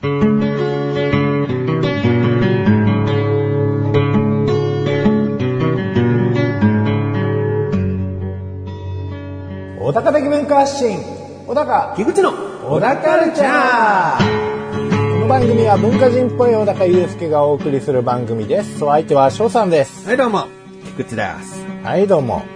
小高的文化発信、小高菊池の小高カルチャー。この番組は文化人っぽい小高祐介がお送りする番組です。お相手は翔さんです。 はい、どうも菊池です。 はいどうも。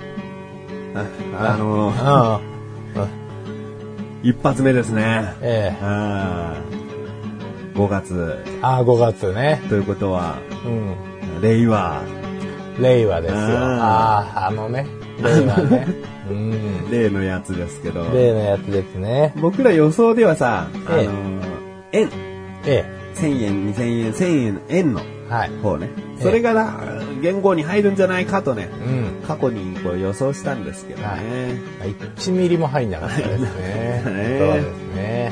一発目ですね。5月。 5月ね。 ということは、令和ですよ。ね。令和ね。 例のやつですけど。 例のやつですね。 僕ら予想ではさ、円。1000円、2000円、1000円、円の方ね。それが元号に入るんじゃないかとね、過去にこう予想したんですけどね。 1ミリも入んなかったですね。そうですね。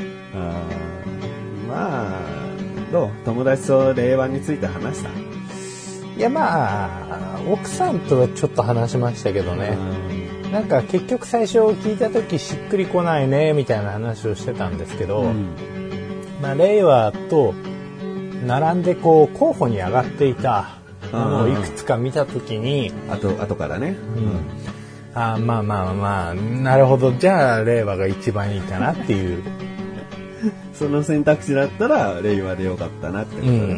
まあ、どう？友達と令和について話した？ いや奥さんとはちょっと話しましたけどね。なんか結局最初聞いた時しっくりこないねみたいな話をしてたんですけど、令和と並んでこう候補に上がっていたものをいくつか見た時に、 後からね、 なるほど、じゃあ令和が一番いいかなっていうその選択肢だったら令和でよかったなってことね。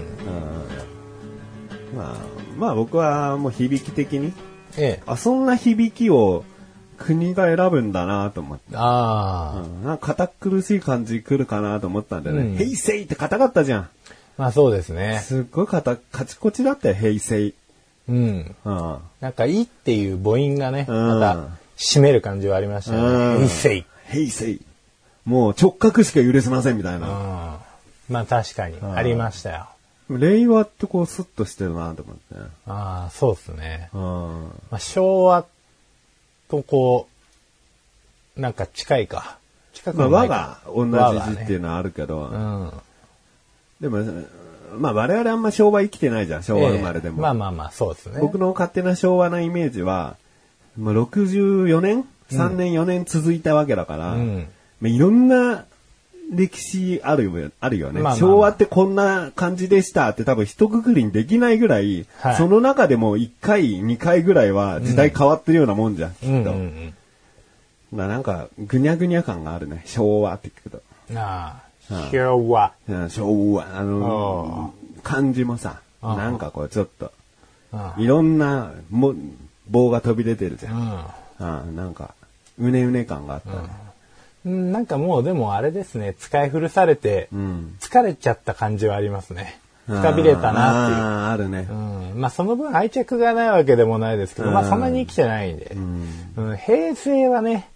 まあ僕はもう響き的に、そんな響きを国が選ぶんだなと思って。なんか堅苦しい感じ来るかなと思ったんだよね。平成って硬かったじゃん。 まあそうですね。 すっごいカチコチだったよ、平成。 なんかいいっていう母音がね、また締める感じはありましたよね。 平成。もう直角しか許せませんみたいな。 まあ確かにありましたよ。 令和ってこうスッとしてるなと思って。 そうですね。昭和とこうなんか近く和が同じ字っていうのはあるけど、でも我々あんま昭和生きてないじゃん、昭和生まれでも。 そうですね。 僕の勝手な昭和なイメージは、64年、3年4年続いたわけだから、いろんな歴史あるよね。昭和ってこんな感じでしたって多分一括りにできないぐらい、その中でも1回2回ぐらいは時代変わってるようなもんじゃん、きっと。なんかぐにゃぐにゃ感があるね、昭和って聞くと。 昭和。 昭和。漢字もさ、なんかこうちょっといろんな棒が飛び出てるじゃん。なんかうねうね感があったね。 なんかもうでもあれですね、使い古されて疲れちゃった感じはありますね。くたびれたなっていう。 あるね。 その分愛着がないわけでもないですけど、そんなに生きてないんで。平成はね、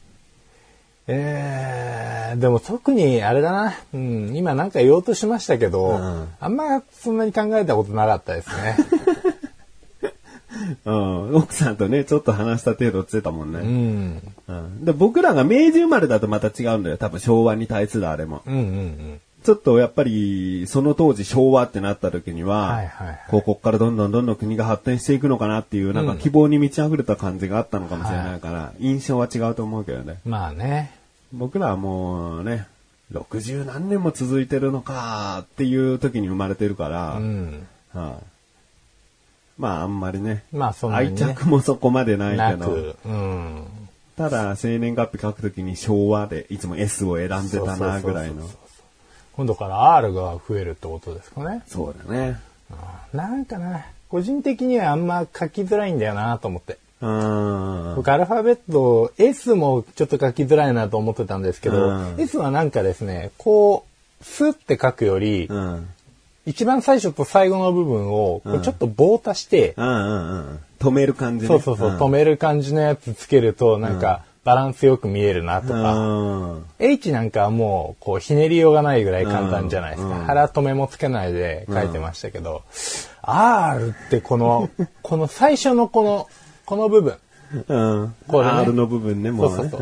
でも特にあれだな、今なんか言おうとしましたけど、あんまそんなに考えたことなかったですね。 奥さんとねちょっと話した程度って言ってたもんね。で僕らが明治生まれだとまた違うんだよ、多分昭和に対するあれも。ちょっとやっぱりその当時昭和ってなった時には、こっからどんどん国が発展していくのかなっていうなんか希望に満ち溢れた感じがあったのかもしれないから、印象は違うと思うけどね。僕らはもうね60何年も続いてるのかっていう時に生まれてるから、あんまりね、愛着もそこまでないけど、ただ生年月日書くときに昭和でいつも S を選んでたなぐらいの。 今度から R が増えるってことですかね。 そうだね。 なんかな、個人的にはあんま書きづらいんだよなと思って。僕アルファベット S もちょっと書きづらいなと思ってたんですけど、S はなんかですね、こうスッて書くより、一番最初と最後の部分をこうちょっと棒足して、 止める感じね。 止める感じのやつつけるとなんかバランスよく見えるなとか、H なんかはもうこうひねりようがないぐらい簡単じゃないですか。腹止めもつけないで書いてましたけど、R ってこの最初のこの部分、 これね、R の部分ね、もうね。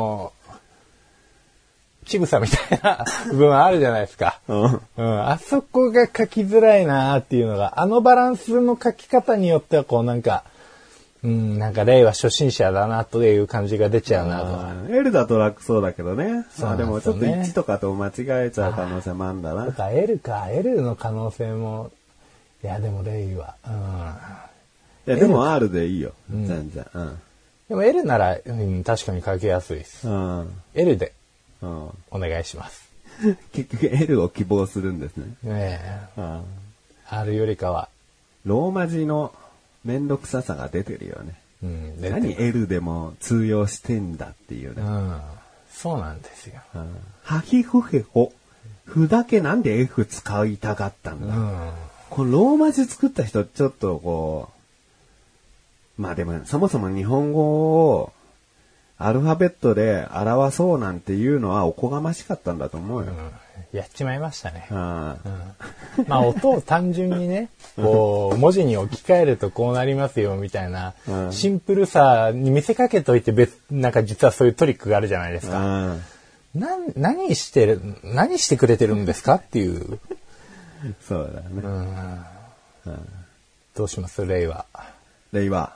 ちぐさみたいな部分あるじゃないですか。あそこが書きづらいなっていうのが、あのバランスの書き方によってはこうなんか、 なんか令和初心者だなという感じが出ちゃうなとか。 L だと楽そうだけどね。 そうなんですよねでもちょっと1とかと間違えちゃう可能性もあるんだな。 とか L か、L の可能性も、いやでも令和。 いやでも R でいいよ。全然。 でも L なら、確かに書きやすいです。L で、お願いします。 結局 L を希望するんですね。 ねえ。R よりかは。 ローマ字のめんどくささが出てるよね。何 L でも通用してんだっていうね。 そうなんですよ。 はひふへほ。ふだけなんで F 使いたかったんだ。このローマ字作った人ちょっとこう、まあでもそもそも日本語をアルファベットで表そうなんていうのはおこがましかったんだと思うよ。 やっちまいましたね。まあ音を単純にね、こう文字に置き換えるとこうなりますよみたいなシンプルさに見せかけといてなんか実はそういうトリックがあるじゃないですか。何してくれてるんですかっていう。 そうだね。 どうします令和。 令和。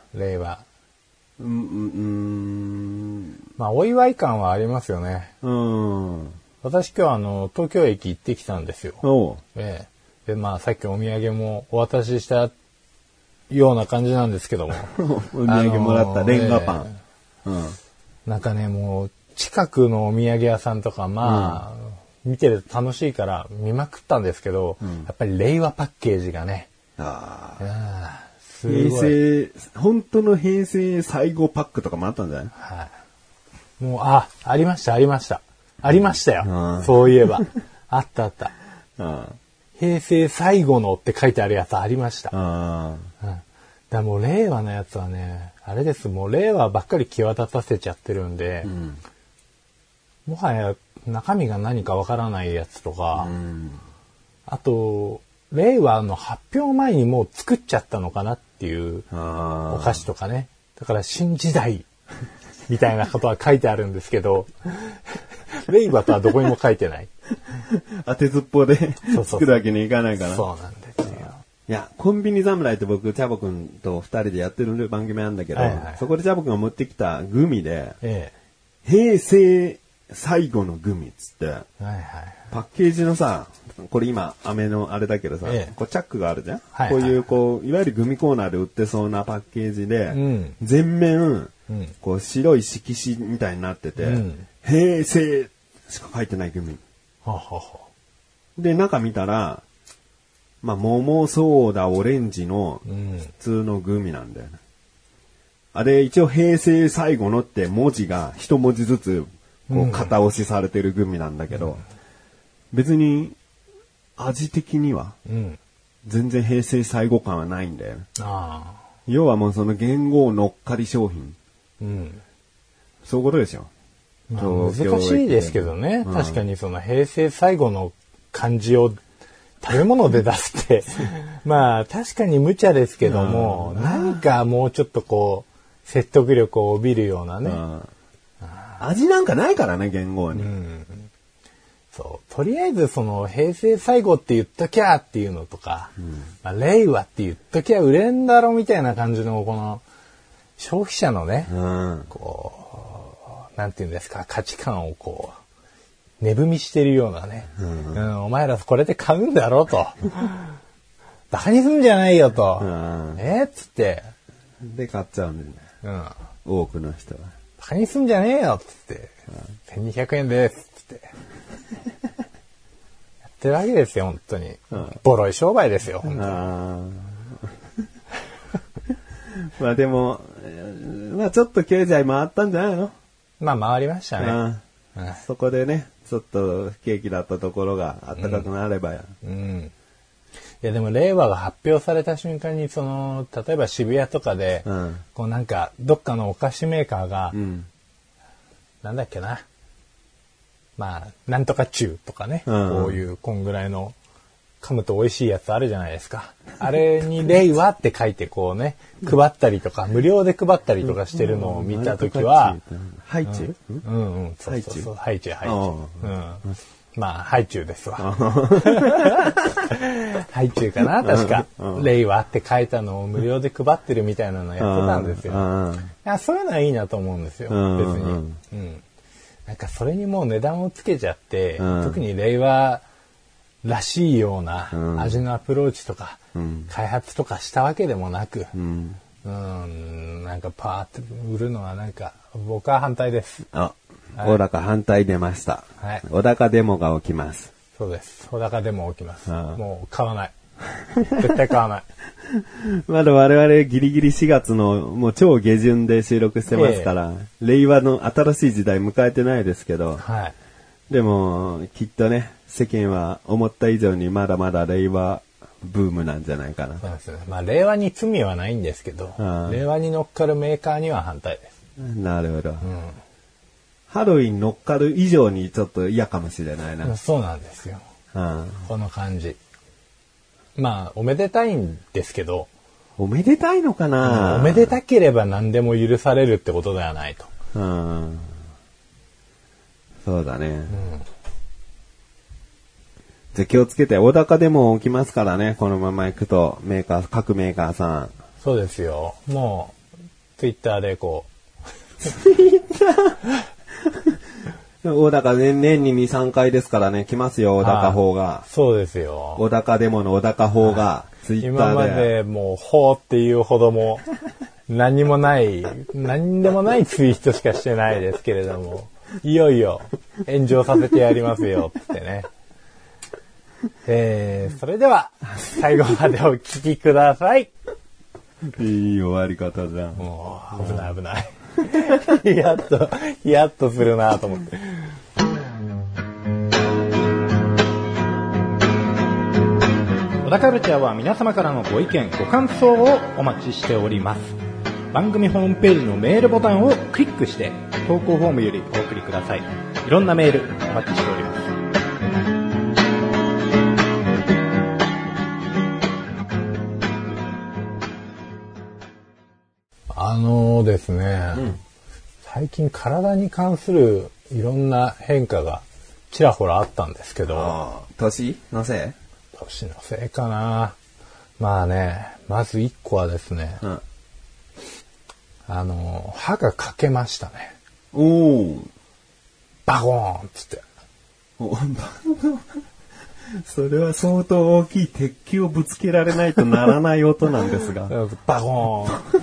まあお祝い感はありますよね。私今日東京駅行ってきたんですよ。でまあさっきお土産もお渡ししたような感じなんですけども。 お土産もらったレンガパン。 なんかねもう近くのお土産屋さんとかまあ、見てると楽しいから見まくったんですけど、やっぱり令和パッケージがね。 平成、本当の平成最後パックとかもあったんじゃない？ もう、ありました。ありましたよ。そういえば。あった。平成最後のって書いてあるやつありました。だもう令和のやつはね、あれです。もう令和ばっかり際立たせちゃってるんで、もはや中身が何かわからないやつとか、あと、令和の発表前にもう作っちゃったのかなっていうお菓子とかね。だから新時代みたいなことは書いてあるんですけど、令和とはどこにも書いてない。 当てずっぽうで作るわけにいかないから。 そうなんですよ。 いや、コンビニ侍って僕、チャボくんと二人でやってる番組なんだけど、そこでチャボくんが持ってきたグミで、平成最後のグミっつって、パッケージのさ、これ今、飴のあれだけどさ、こうチャックがあるじゃん、こういう、こう、いわゆるグミコーナーで売ってそうなパッケージで、全面、こう白い色紙みたいになってて、平成しか書いてないグミ。で、中見たら、まあ、桃、ソーダ、オレンジの普通のグミなんだよね。あれ、一応平成最後のって文字が一文字ずつ、こう、型押しされてるグミなんだけど、別に、味的には、全然平成最後感はないんだよね。要はもうその元号乗っかり商品。そういうことですよ。 難しいですけどね。確かにその平成最後の漢字を食べ物で出すって、まあ確かに無茶ですけども、何かもうちょっとこう、説得力を帯びるようなね。 味なんかないからね、元号に。 そう。とりあえずその平成最後って言っときゃっていうのとか、まあ、令和って言っときゃ売れんだろみたいな感じのこの消費者のね、こう、なんていうんですか、価値観をこう、値踏みしてるようなね、お前らこれで買うんだろうと。バカにすんじゃないよと。っつって。 で買っちゃうんだよね。多くの人は。 バカにすんじゃねえよっつって。1200円ですっつって。やってるわけですよ、本当に。ボロい商売ですよ、本当に。 まあでも、まあちょっと経済回ったんじゃないの？ まあ回りましたね。 そこでね、ちょっと不景気だったところが暖かくなればや。 いやでも令和が発表された瞬間にその例えば渋谷とかで、こうなんかどっかのお菓子メーカーが、なんだっけな、まあなんとか中とかね、こういうこんぐらいの噛むと美味しいやつあるじゃないですか。あれに令和って書いてこうね配ったりとか無料で配ったりとかしてるのを見たときは、 ハイチュウ？ そうハイチュウ。 まあ、ハイチュウですわ。ハイチュウかな確か。令和って書いたのを無料で配ってるみたいなのやってたんですよ。いや、そういうのはいいなと思うんですよ。別に。うん。なんかそれにもう値段をつけちゃって、特に令和らしいような味のアプローチとか、開発とかしたわけでもなく、なんかパーって売るのはなんか、僕は反対です。 小高反対出ました。はい。小高デモが起きます。 そうです。小高デモ起きます。もう買わない。絶対買わない。 まだ我々ギリギリ4月のもう超下旬で収録してますから、令和の新しい時代迎えてないですけど、はい。でも、きっとね、世間は思った以上にまだまだ令和ブームなんじゃないかな。 そうですね。まあ令和に罪はないんですけど、令和に乗っかるメーカーには反対です。 なるほど。ハロウィン乗っかる以上にちょっと嫌かもしれないな。 そうなんですよ。この感じ。まあ、おめでたいんですけど。 おめでたいのかな、 おめでたければ何でも許されるってことではないと。 そうだね。じゃあ気をつけて、小高でも起きますからね、このまま行くと、各メーカーさん。 そうですよ。もう、ツイッターでこう。 ツイッター小高年に2、3回ですからね、来ますよ、小高法が。 そうですよ。 小高デモの小高法が、ツイッターで。 今までもう、法っていうほども、何でもないツイートしかしてないですけれども、いよいよ、炎上させてやりますよ、ってね。それでは、最後までお聞きください。 いい終わり方じゃん。 もう、危ない危ない。ヒヤッとするなと思って。 小田カルチャーは皆様からのご意見ご感想をお待ちしております。番組ホームページのメールボタンをクリックして投稿フォームよりお送りください。いろんなメールお待ちしております。 ですね、最近体に関するいろんな変化がちらほらあったんですけど。 年のせいかな。まあね、まず一個はですね、歯が欠けましたね。バゴーンっつって。 それは相当大きい鉄球をぶつけられないとならない音なんですが。 バゴーンって。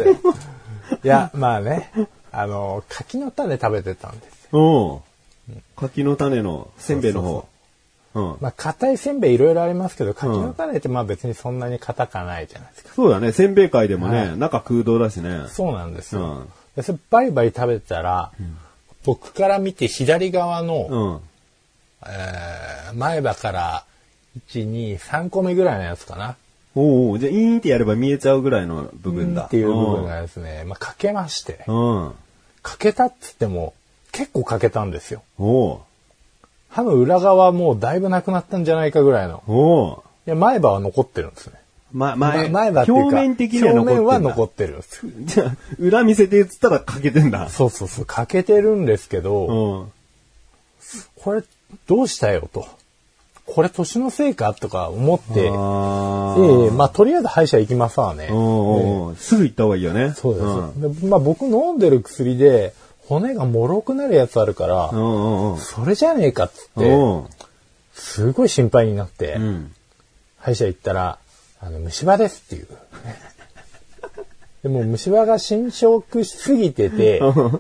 いや、まあね、柿の種食べてたんですよ。 柿の種のせんべいの方。 まあ、硬いせんべいいろいろありますけど、柿の種ってまあ別にそんなに硬かないじゃないですか。 そうだね、せんべい界でもね、中空洞だしね。 そうなんですよ。それバリバリ食べてたら、僕から見て左側の、前歯から1、2、3個目ぐらいのやつかな。 じゃあイーンってやれば見えちゃうぐらいの部分だ。 っていう部分がですね、まあ、欠けまして。欠けたっつっても、結構欠けたんですよ。歯の裏側もうだいぶなくなったんじゃないかぐらいの。いや、前歯は残ってるんですね。 前歯っていうか、表面的には表面は残ってるんですよ。 じゃあ、裏見せてっつったら欠けてんだ。 そう。欠けてるんですけど、これ、どうしたよと。これ年のせいかとか思って、まあとりあえず歯医者行きますわね。 すぐ行った方がいいよね。 そうです。でまあ僕飲んでる薬で骨が脆くなるやつあるから、それじゃねえかっつって、すごい心配になって、歯医者行ったら、虫歯ですっていう。でも虫歯が侵食しすぎてて、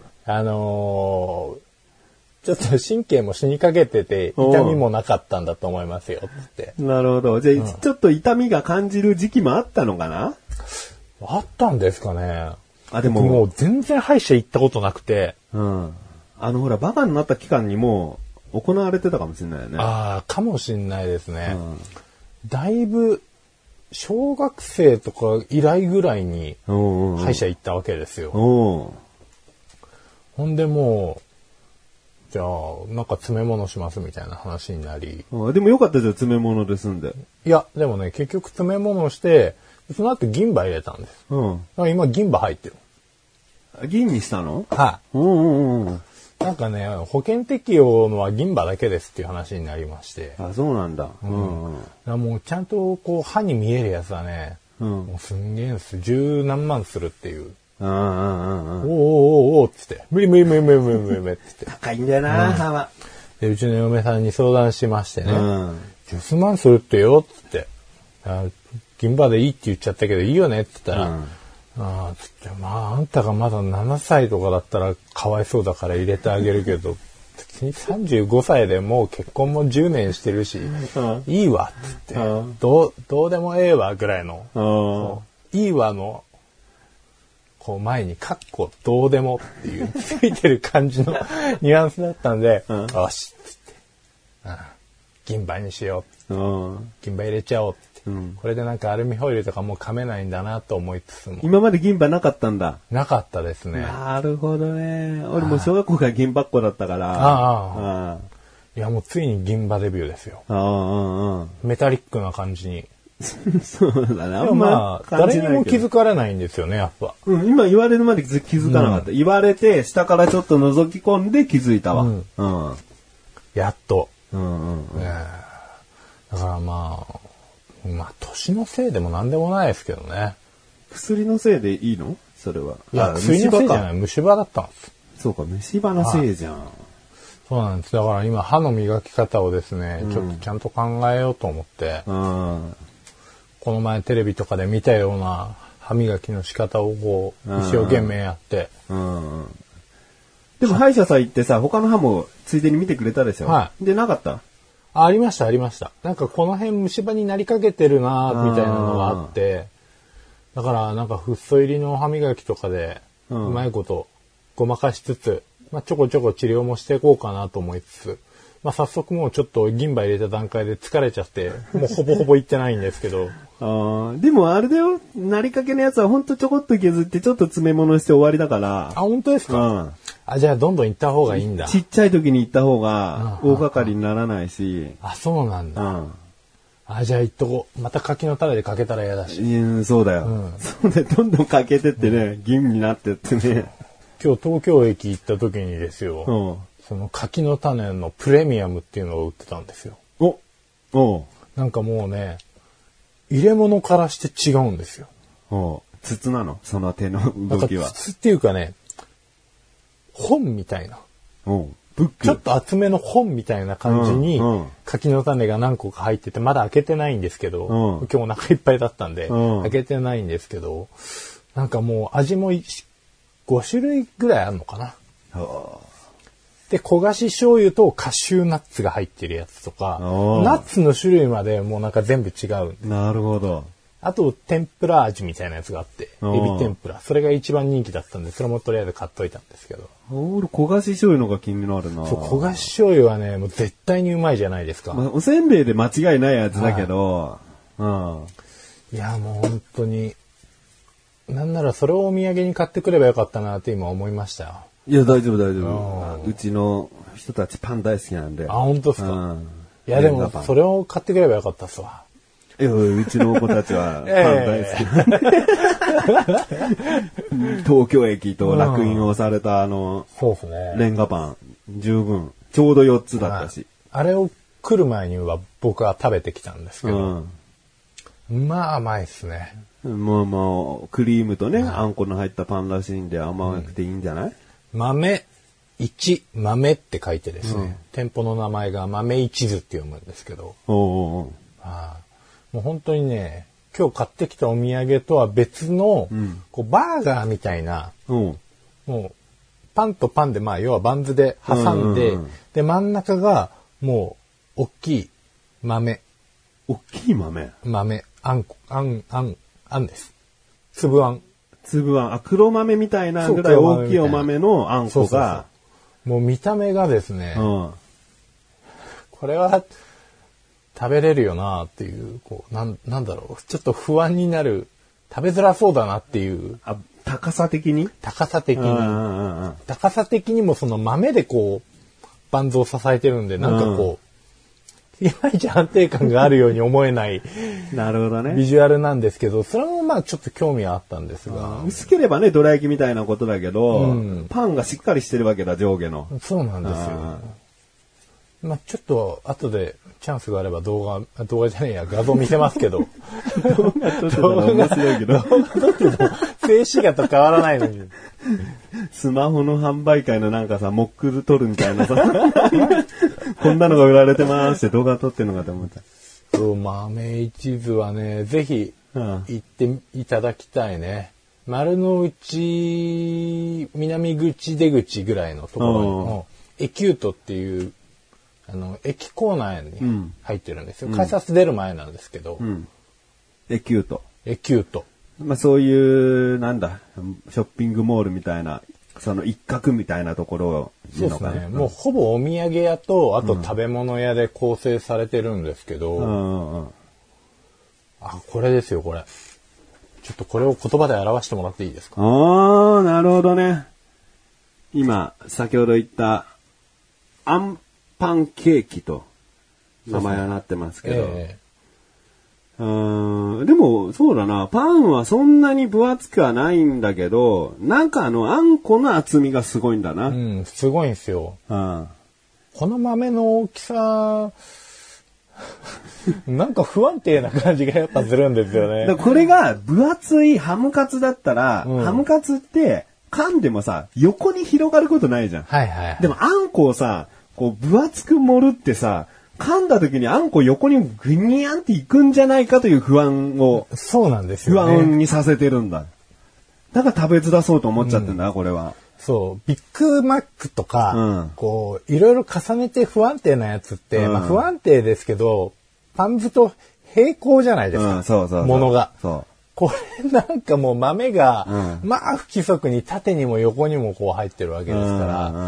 ちょっと神経も死にかけてて、痛みもなかったんだと思いますよ、って。 なるほど。じゃあ、ちょっと痛みが感じる時期もあったのかな？ あったんですかね。 でも。 もう全然歯医者行ったことなくて。 ほら、バカになった期間にもう行われてたかもしれないよね。 かもしれないですね。だいぶ、小学生とか以来ぐらいに、歯医者行ったわけですよ。ほんでもう、じゃあ、なんか詰め物しますみたいな話になり。 でもよかったじゃん、詰め物で済んで。 いや、でもね、結局詰め物して、その後銀歯入れたんです。今銀歯入ってる。 銀にしたの？ はい。 なんかね、保険適用のは銀歯だけですっていう話になりまして。 あ、そうなんだ。 もうちゃんとこう歯に見えるやつはね、もうすんげえんす。10何万するっていう。おーっつって。無理って言って。 高いんだよな、歯は。 で、うちの嫁さんに相談しましてね。10数万するってよ、つって。銀歯でいいって言っちゃったけどいいよねって言ったら、つって、あんたがまだ7歳とかだったらかわいそうだから入れてあげるけど、別に35歳でもう結婚も10年してるし、いいわ、つって、どうでもええわ、ぐらいの、いいわの、こう前にカッコどうでもっていうついてる感じのニュアンスだったんで、よし、つって、銀歯にしよう。銀歯入れちゃおうって。これでなんかアルミホイルとかもう噛めないんだなと思いつつも。 今まで銀歯なかったんだ。 なかったですね。 なるほどね。俺も小学校から銀歯っ子だったから。 いやもうついに銀歯デビューですよ。メタリックな感じに。 そうだね。 でもまあ、誰にも気づかれないんですよね、やっぱ。 今言われるまで気づかなかった。言われて、下からちょっと覗き込んで気づいたわ。 やっと。だからまあ、年のせいでも何でもないですけどね。 薬のせいでいいのそれは。 いや、薬のせいじゃない。虫歯だったんです。 そうか、虫歯のせいじゃん。 そうなんです。だから今、歯の磨き方をですね、ちょっとちゃんと考えようと思って、この前テレビとかで見たような歯磨きの仕方をこう、一生懸命やって。 でも歯医者さん行ってさ、他の歯もついでに見てくれたでしょ。はい。で、なかった？ ありました。なんかこの辺虫歯になりかけてるなみたいなのがあって、だからなんかフッ素入りの歯磨きとかで、うまいことごまかしつつ、ちょこちょこ治療もしていこうかなと思いつつ、早速もうちょっと銀歯入れた段階で疲れちゃって、もうほぼほぼ行ってないんですけど。 でもあれだよ、なりかけのやつはほんとちょこっと削ってちょっと詰め物して終わりだから。 本当ですか？じゃあどんどん行った方がいいんだ。 ちっちゃい時に行った方が大掛かりにならないし。 そうなんだ。じゃあ行っとこう。また柿の種でかけたら嫌だし。 そうだよ。そうでどんどんかけてってね、銀になってってね。 今日東京駅行った時にですよ、その柿の種のプレミアムっていうのを売ってたんですよ。なんかもうね、入れ物からして違うんですよ。 筒なの？その手の動きは。 筒っていうかね、本みたいな。 ブック。 ちょっと厚めの本みたいな感じに、柿の種が何個か入ってて、まだ開けてないんですけど、今日お腹いっぱいだったんで、開けてないんですけど、なんかもう味も5種類ぐらいあるのかな。で、焦がし醤油とカシューナッツが入ってるやつとか、ナッツの種類までもうなんか全部違う。 なるほど。 あと、天ぷら味みたいなやつがあって、エビ天ぷら。それが一番人気だったんで、それもとりあえず買っといたんですけど。 俺、焦がし醤油のが気になるな。 そう、焦がし醤油はね、もう絶対にうまいじゃないですか。 おせんべいで間違いないやつだけど、 いや、もう本当に、なんならそれをお土産に買ってくればよかったなって今思いましたよ。 いや、大丈夫。うちの人たちパン大好きなんで。 本当ですか？いや、でも、それを買ってくればよかったっすわ。 うちの子たちはパン大好きなんで。東京駅と烙印をされたそうですね。 レンガパン、十分。ちょうど4つだったし。 あれを来る前には僕は食べてきたんですけど、甘いっすね。 もう、クリームとね、あんこの入ったパンらしいんで甘くていいんじゃない？ 豆って書いてですね、店舗の名前が豆一途って読むんですけど、もう本当にね、今日買ってきたお土産とは別の、こうバーガーみたいな、もうパンとパンで要はバンズで挟んで、で真ん中がもう大きい豆。 大きい豆？ あんです。粒あん。 黒豆みたいなぐらい大きいお豆のあんこが。 もう見た目がですね、これは食べれるよなっていう、なんだろう、ちょっと不安になる、食べづらそうだなっていう。 高さ的にもその豆でバンズを支えてるんで、なんかいまいち安定感があるように思えないなるほどね。 ビジュアルなんですけど、それもまあちょっと興味はあったんですが。 薄ければね、どら焼きみたいなことだけど、パンがしっかりしてるわけだ、上下の。 そうなんですよ。まあちょっと後でチャンスがあれば動画じゃねえや、画像見せますけど。 動画撮ってたら面白いけど。 動画撮っても静止画と変わらないのに。 スマホの販売会のなんかさ、モック撮るみたいなさ、こんなのが売られてますって動画撮ってんのかと思った。 そう、豆一途はね、ぜひ行っていただきたいね。丸の内、南口出口ぐらいのところにも、エキュートっていう、駅構内に入ってるんですよ。改札出る前なんですけど。 エキュート。 エキュート。 まあそういう、なんだ、ショッピングモールみたいな、その一角みたいなところそうですね。もうほぼお土産屋と、あと食べ物屋で構成されてるんですけど、あ、これですよ、これ。ちょっとこれを言葉で表してもらっていいですか？ ああ、なるほどね。今、先ほど言った、アンパンケーキと名前はなってますけど、でも、そうだな、パンはそんなに分厚くはないんだけど、なんかあんこの厚みがすごいんだな。 すごいんですよ。この豆の大きさ、なんか不安定な感じがやっぱするんですよね。 これが分厚いハムカツだったら、ハムカツって噛んでもさ、横に広がることないじゃん。でもあんこをさ、こう分厚く盛るってさ、噛んだ時にあんこ横にグニャンっていくんじゃないかという不安を。 そうなんですよね。不安にさせてるんだ。だから食べづらそうと思っちゃってんだ、これは。 そう。ビッグマックとか、こう、いろいろ重ねて不安定なやつって、まあ不安定ですけど、パン酢と平行じゃないですか。ものが。これなんかもう豆が、まあ不規則に縦にも横にもこう入ってるわけですから、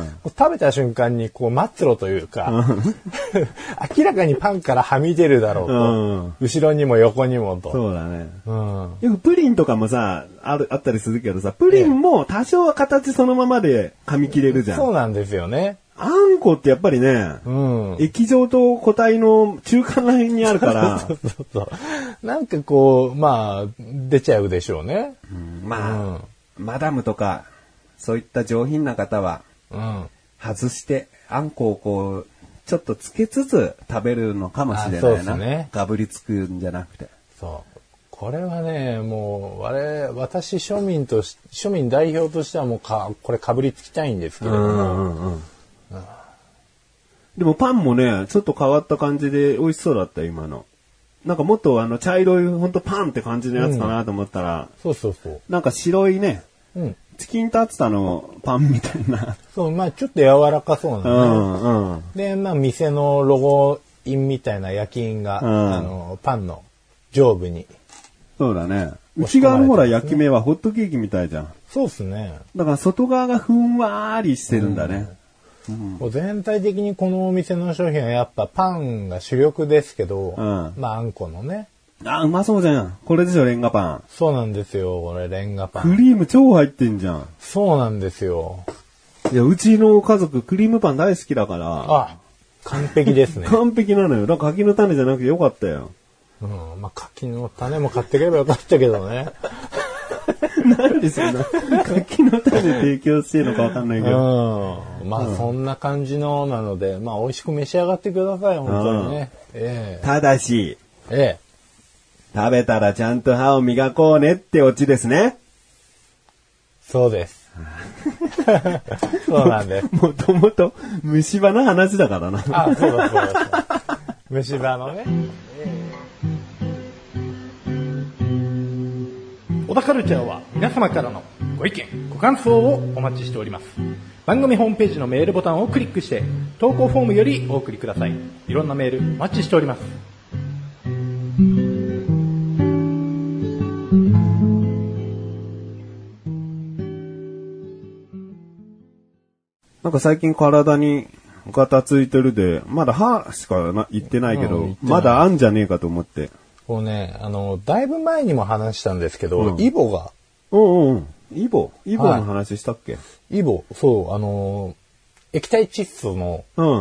食べた瞬間にこう末路というか、明らかにパンからはみ出るだろうと、後ろにも横にもと。 そうだね。よくプリンとかもさ、あったりするけどさ、プリンも多少は形そのままで噛み切れるじゃん。 そうなんですよね。 あんこってやっぱりね、液状と固体の中間ら辺にあるから。 なんかこう、まあ、出ちゃうでしょうね。 まあ、マダムとか、そういった上品な方は、外して、あんこをこう、ちょっとつけつつ食べるのかもしれないな。がぶりつくんじゃなくて。 そう。これはね、もう、私庶民代表としてはもうこれかぶりつきたいんですけれども。 でもパンもね、ちょっと変わった感じで美味しそうだったよ、今の。なんかもっと茶色いほんとパンって感じのやつかなと思ったら、なんか白いね、チキンタツタのパンみたいな。 そう、まあちょっと柔らかそうなね。で、まあ店のロゴ印みたいな焼き印が、パンの上部に。 そうだね。内側のほら焼き目はホットケーキみたいじゃん。 そうっすね。 だから外側がふんわりしてるんだね。 全体的にこのお店の商品はやっぱパンが主力ですけど、まああんこのね。 うまそうじゃん。これでしょ、レンガパン。 そうなんですよ、これレンガパン。 クリーム超入ってんじゃん。 そうなんですよ。 いや、うちの家族クリームパン大好きだから。 完璧ですね。 完璧なのよ。だから柿の種じゃなくてよかったよ。 まあ柿の種も買ってければよかったけどね。 なんでそんな柿の種提供してるのかわかんないけど。 まあそんな感じのなので、まあ美味しく召し上がってください、本当にね。 ただし、 食べたらちゃんと歯を磨こうねってオチですね。 そうです。そうなんです。 もともと虫歯の話だからな。 そうだ。虫歯のね。小田カルチャーは皆様からのご意見、ご感想をお待ちしております。番組ホームページのメールボタンをクリックして投稿フォームよりお送りください。いろんなメールお待ちしております。 なんか最近体にガタついてるで、まだ歯しか言ってないけど、まだあんじゃねえかと思って。 こうね、だいぶ前にも話したんですけど、イボが。 イボの話したっけ？ イボ、そう、液体窒素の、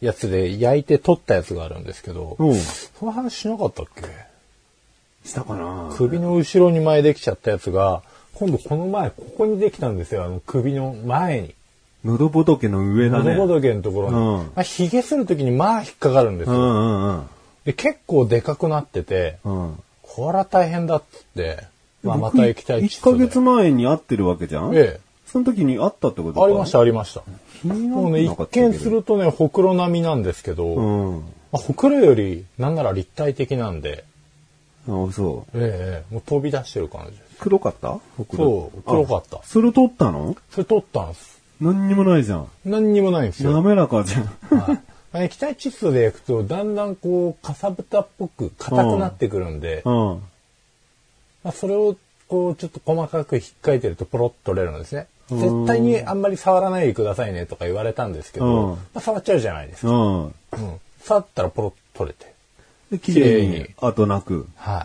やつで焼いて取ったやつがあるんですけど、その話しなかったっけ？ したかな。 首の後ろに前できちゃったやつが、今度この前ここにできたんですよ。首の前に。 喉仏の上だね。 喉仏のところに。髭するときに引っかかるんですよ。で結構でかくなってて、これは大変だっつって、また液体窒素で。 1ヶ月前に会ってるわけじゃん？その時に会ったってことか？ ありました、ありました。もうね、一見するとね、ほくろ並みなんですけど、ほくろよりなんなら立体的なんで。 そう。 もう飛び出してる感じです。 黒かった？ そう、黒かった。 それ取ったの？それ取ったんです。 何にもないじゃん。 何にもないんですよ。 滑らかじゃん。 液体窒素で焼くと、だんだんこう、かさぶたっぽく硬くなってくるんで、それをこう、ちょっと細かく引っかいてるとポロッと取れるんですね。絶対にあんまり触らないでくださいねとか言われたんですけど、触っちゃうじゃないですか。触ったらポロッと取れて。 で、綺麗に後なく。 はい。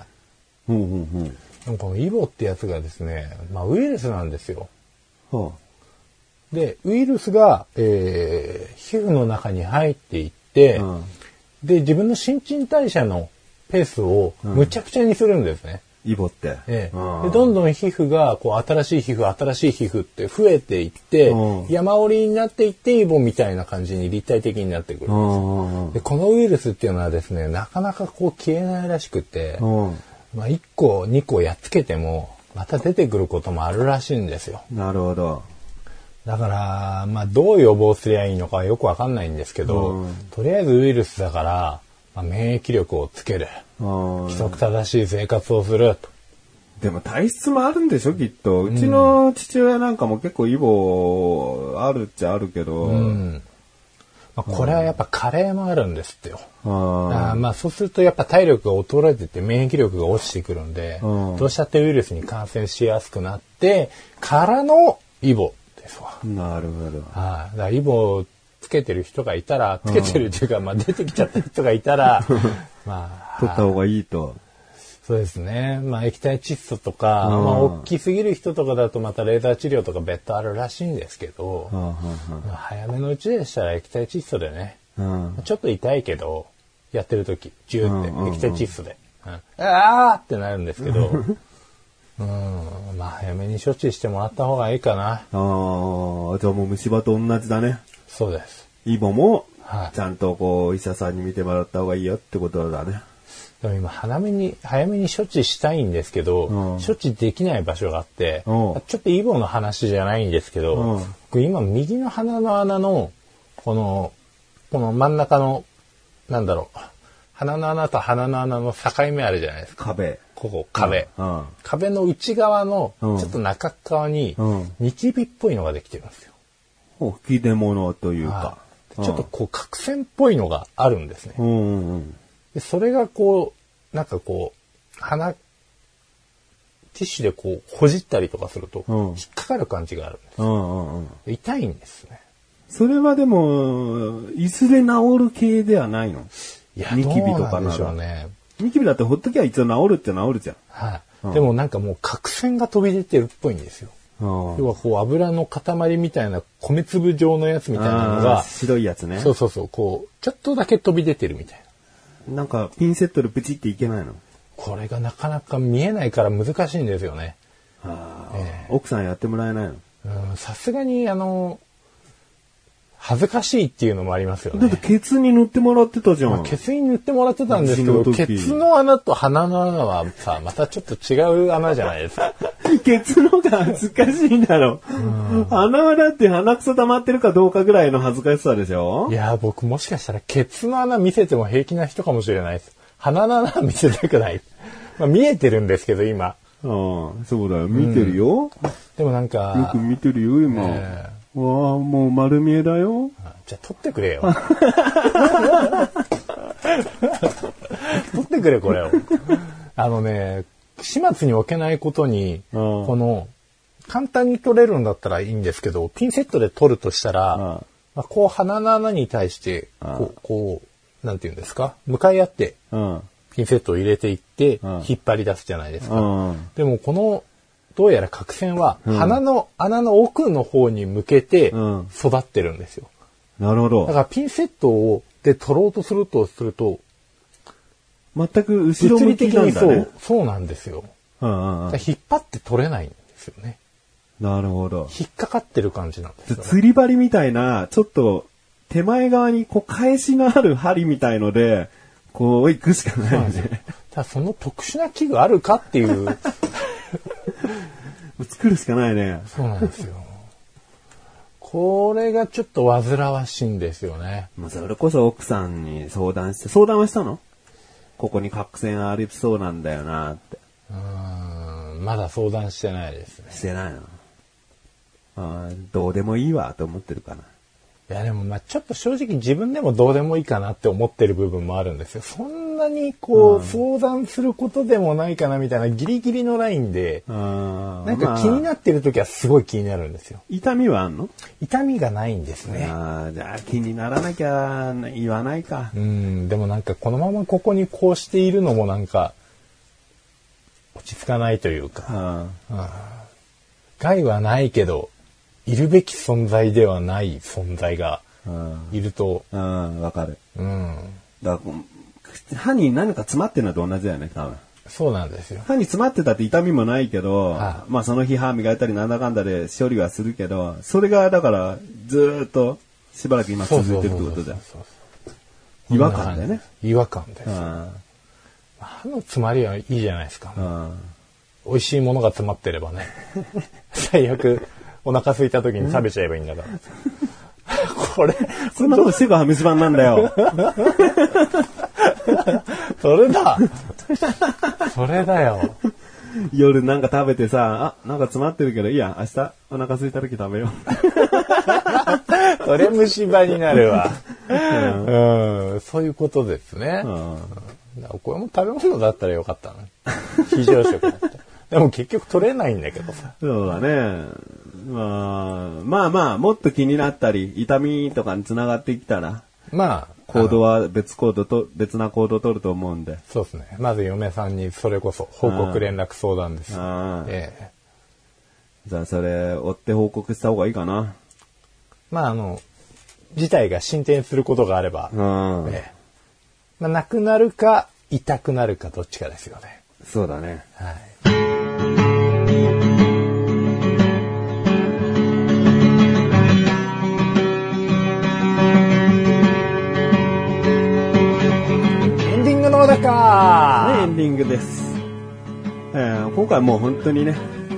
でもこのイボってやつがですね、ウイルスなんですよ。で、ウイルスが、皮膚の中に入っていって、で、自分の新陳代謝のペースをむちゃくちゃにするんですね。 イボって。 で、どんどん皮膚が、こう、新しい皮膚って増えていって、山折りになっていって、イボみたいな感じに立体的になってくるんです。で、このウイルスっていうのはですね、なかなかこう消えないらしくて、1個、2個やっつけても、また出てくることもあるらしいんですよ。 なるほど。 だから、どう予防すりゃいいのかよくわかんないんですけど、とりあえずウイルスだから、免疫力をつける。規則正しい生活をすると。 でも体質もあるんでしょきっと。うちの父親なんかも結構イボあるっちゃあるけど。 これはやっぱ加齢もあるんですってよ。そうするとやっぱ体力が衰えてて免疫力が落ちてくるんで、どうしたってウイルスに感染しやすくなってからのイボですわ。 なるほど。 だからイボつけてる人がいたら、つけてるっていうか、出てきちゃった人がいたら、 取った方がいいと。 そうですね。液体窒素とか、大きすぎる人とかだとまたレーザー治療とか別途あるらしいんですけど、早めのうちでしたら液体窒素でね、ちょっと痛いけど、やってる時ジューって液体窒素で、あーってなるんですけど、早めに処置してもらった方がいいかな。 じゃあもう虫歯と同じだね。 そうです。 イボも、ちゃんとこう、医者さんに見てもらった方がいいよってことだね。 でも今、早めに処置したいんですけど、処置できない場所があって、ちょっとイボの話じゃないんですけど、今、右の鼻の穴の、この真ん中の、鼻の穴と鼻の穴の境目あるじゃないですか。 壁。 ここ、壁。壁の内側の、ちょっと中側に、ニキビっぽいのができてるんですよ。 吹き出物というか。 ちょっとこう、角栓っぽいのがあるんですね。でそれがこう、ティッシュでこう、ほじったりとかすると、引っかかる感じがあるんです。痛いんですね。 それはでも、いずれ治る系ではないの？ ニキビとかなんでしょうね。 ニキビだってほっときゃ一応治るって治るじゃん。でももう角栓が飛び出てるっぽいんですよ。要はこう油の塊みたいな米粒状のやつみたいなのが。 白いやつね。 そう。こう、ちょっとだけ飛び出てるみたいな。ピンセットでプチっていけないの？ これがなかなか見えないから難しいんですよね。 奥さんやってもらえないの？さすがに恥ずかしいっていうのもありますよね。 だってケツに塗ってもらってたじゃん。 ケツに塗ってもらってたんですけど、ケツの穴と鼻の穴はさ、またちょっと違う穴じゃないですか。 ケツのが恥ずかしいんだろ。鼻はだって鼻くそ溜まってるかどうかぐらいの恥ずかしさでしょ？ いや、僕もしかしたらケツの穴見せても平気な人かもしれないです。鼻の穴は見せたくない。見えてるんですけど、今。 そうだよ。見てるよ。 でもよく見てるよ、今。わあ、もう丸見えだよ。 じゃあ撮ってくれよ。撮ってくれ、これを。始末に置けないことに、簡単に取れるんだったらいいんですけど、ピンセットで取るとしたら、こう鼻の穴に対して、なんていうんですか、向かい合って、ピンセットを入れていって、引っ張り出すじゃないですか。でもどうやら角栓は鼻の穴の奥の方に向けて育ってるんですよ。 なるほど。 だからピンセットをで取ろうとすると、 全く後ろ向きなんだね。 そうなんですよ。引っ張って取れないんですよね。 なるほど。 引っかかってる感じなんですよ、ね。 釣り針みたいな、ちょっと手前側にこう返しのある針みたいので、こう行くしかないよね。 ただその特殊な器具あるかっていう。 作るしかないね。 そうなんですよ。これがちょっと煩わしいんですよね。 それこそ奥さんに相談はしたの？ここに角栓ありそうなんだよなって。 まだ相談してないですね。 してないの？どうでもいいわと思ってるかな。 いやでもちょっと正直自分でもどうでもいいかなって思ってる部分もあるんですよ。そんなに相談することでもないかなみたいなギリギリのラインで、なんか気になってる時はすごい気になるんですよ。 痛みはあんの？ 痛みがないんですね。 じゃあ気にならなきゃ言わないか。 でもなんかこのままここにこうしているのもなんか落ち着かないというか、害はないけどいるべき存在ではない存在がいると。 わかる。だから歯に何か詰まってるのと同じだよね、多分。 そうなんですよ。 歯に詰まってたって痛みもないけど、その日歯磨いたりなんだかんだで処理はするけど、それがだからずーっとしばらく今続いてるってことだよ。違和感だよね。 違和感です。歯の詰まりはいいじゃないですか。美味しいものが詰まってればね。最悪。お腹空いた時に食べちゃえばいいんだから。これ、 そんなことしてが紙芝なんだよ。 それだ。それだよ。 夜なんか食べてさ、なんか詰まってるけど、いいや、明日お腹空いた時食べよう。それ虫歯になるわ。そういうことですね。これも食べ物だったらよかったな。非常食だった。でも結局取れないんだけどさ。 そうだね。もっと気になったり、痛みとかに繋がってきたら、行動は別な行動を取ると思うんで。 そうですね。まず嫁さんにそれこそ報告連絡相談です。じゃあそれ、追って報告した方がいいかな。 事態が進展することがあれば、なくなるか、痛くなるかどっちかですよね。 そうだね。 はい。エンディングの中、 エンディングです。今回もう本当にね、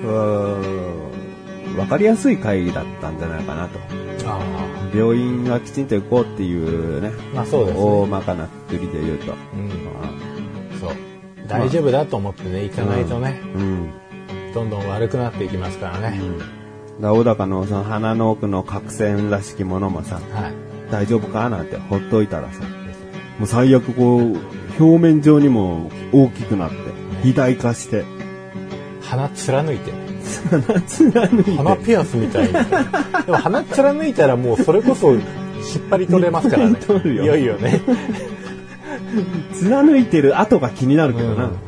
わかりやすい会議だったんじゃないかなと。病院はきちんと行こうっていうね。 そうですね。 大まかなくりで言うと。 そう。大丈夫だと思ってね、行かないとね、どんどん悪くなっていきますからね。 小高のその鼻の奥の角栓らしきものもさ、大丈夫かなんてほっといたらさ、もう最悪表面上にも大きくなって、肥大化して。 鼻貫いて。 鼻ピアスみたいに。でも鼻貫いたらもうそれこそ引っ張り取れますからね。いよいよね。 貫いてる跡が気になるけどな。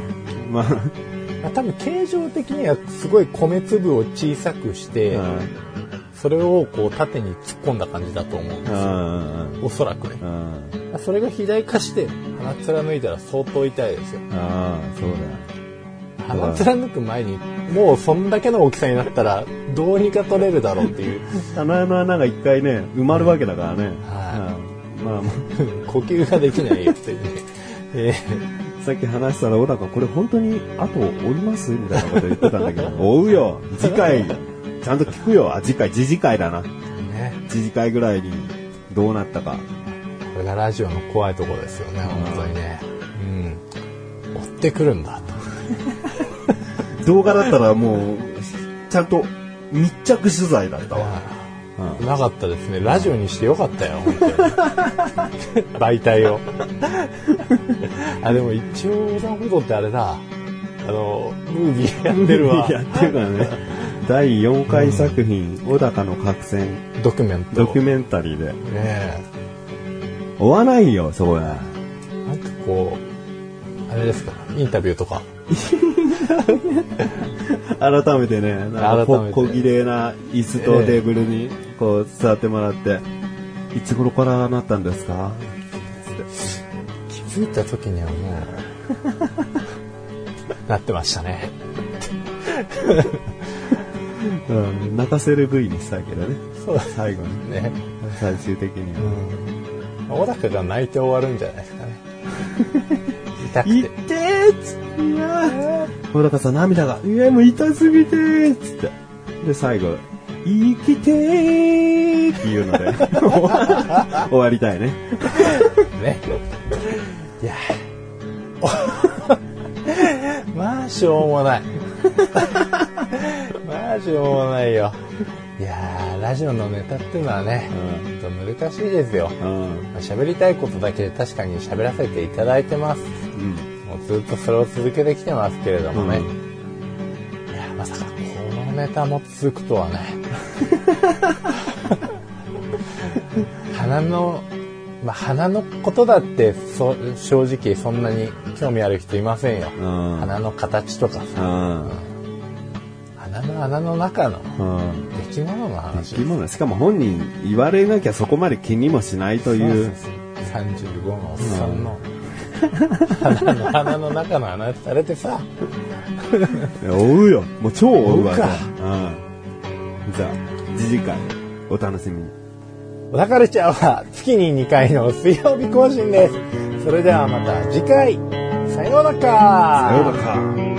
多分形状的にはすごい米粒を小さくして、それを縦に突っ込んだ感じだと思うんですよ。おそらくね。それが肥大化して鼻貫いたら相当痛いですよ。 そうだ。 鼻貫く前にもうそんだけの大きさになったらどうにか取れるだろうっていう。 鼻の穴が一回ね埋まるわけだからね。 呼吸ができないよっていうね。 さっき話したら小高これ本当に後追いますみたいなこと言ってたんだけど追うよ次回ちゃんと聞くよ。次回だな、次回ぐらいにどうなったか。 これがラジオの怖いところですよね本当にね。追ってくるんだと。 動画だったらもうちゃんと密着取材だったわ。 なかったですね。ラジオにしてよかったよ本当に。媒体を。でも一応横断歩道ってあれだ。ムービーやってるわ。 やってるからね。第4回作品、小高の角栓ドキュメンタリーで。追わないよそこは。 なんかあれですか、インタビューとか。 改めてね、小綺麗な椅子とテーブルに座ってもらって、いつ頃からなったんですか気づいた時にはもう、なってましたね。 うん、泣かせる V にしたけどね。 そう最後に。 ね。 最終的には。 小高が泣いて終わるんじゃないですかね。痛くて。 痛えっつって、いや小高さん涙が、いやもう痛すぎてーっつって。で、最後、生きてーっていうので、終わりたいね。 ね。いやまあ、しょうもない。まあ、しょうもないよ。いやー、ラジオのネタっていうのはね、難しいですよ。喋りたいことだけ確かに喋らせていただいてます。もうずっとそれを続けてきてますけれどもね。いや、まさかこのネタも続くとはね。鼻のことだって正直そんなに興味ある人いませんよ。鼻の形とかさ。鼻の中の出来物の話。 出来物。しかも本人言われなきゃそこまで気にもしないという。 35のおっさんの鼻の中の話されてさ。 追うよ。もう超追うわ。じゃあ次回お楽しみに。 小田カルチャーは月に2回の水曜日更新です。それではまた次回。さようなら。 さようなら。